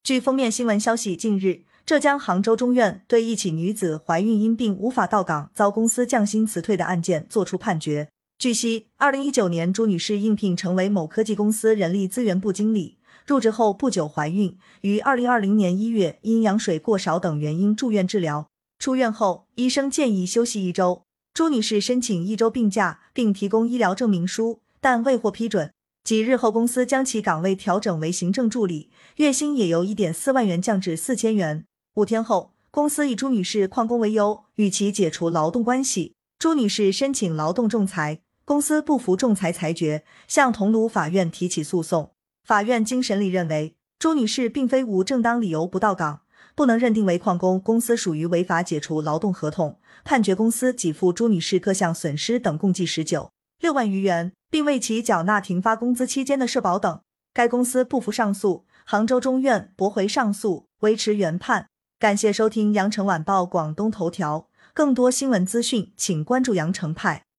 据封面新闻消息，近日，浙江杭州中院对一起女子怀孕因病无法到岗，遭公司降薪辞退的案件作出判决。据悉，2019年朱女士应聘成为某科技公司人力资源部经理，入职后不久怀孕，于2020年1月因羊水过少等原因住院治疗。出院后，医生建议休息1周。朱女士申请1周病假，并提供医疗证明书，但未获批准。几日后，公司将其岗位调整为行政助理，月薪也由 1.4万元降至4000元。5天后，公司以朱女士旷工为由，与其解除劳动关系。朱女士申请劳动仲裁，公司不服仲裁裁决，向桐庐法院提起诉讼。法院经审理认为，朱女士并非无正当理由不到岗，不能认定为旷工，公司属于违法解除劳动合同，判决公司给付朱女士各项损失等共计19.6万余元，并为其缴纳停发工资期间的社保等。该公司不服上诉，杭州中院驳回上诉，维持原判。感谢收听羊城晚报广东头条，更多新闻资讯请关注羊城派。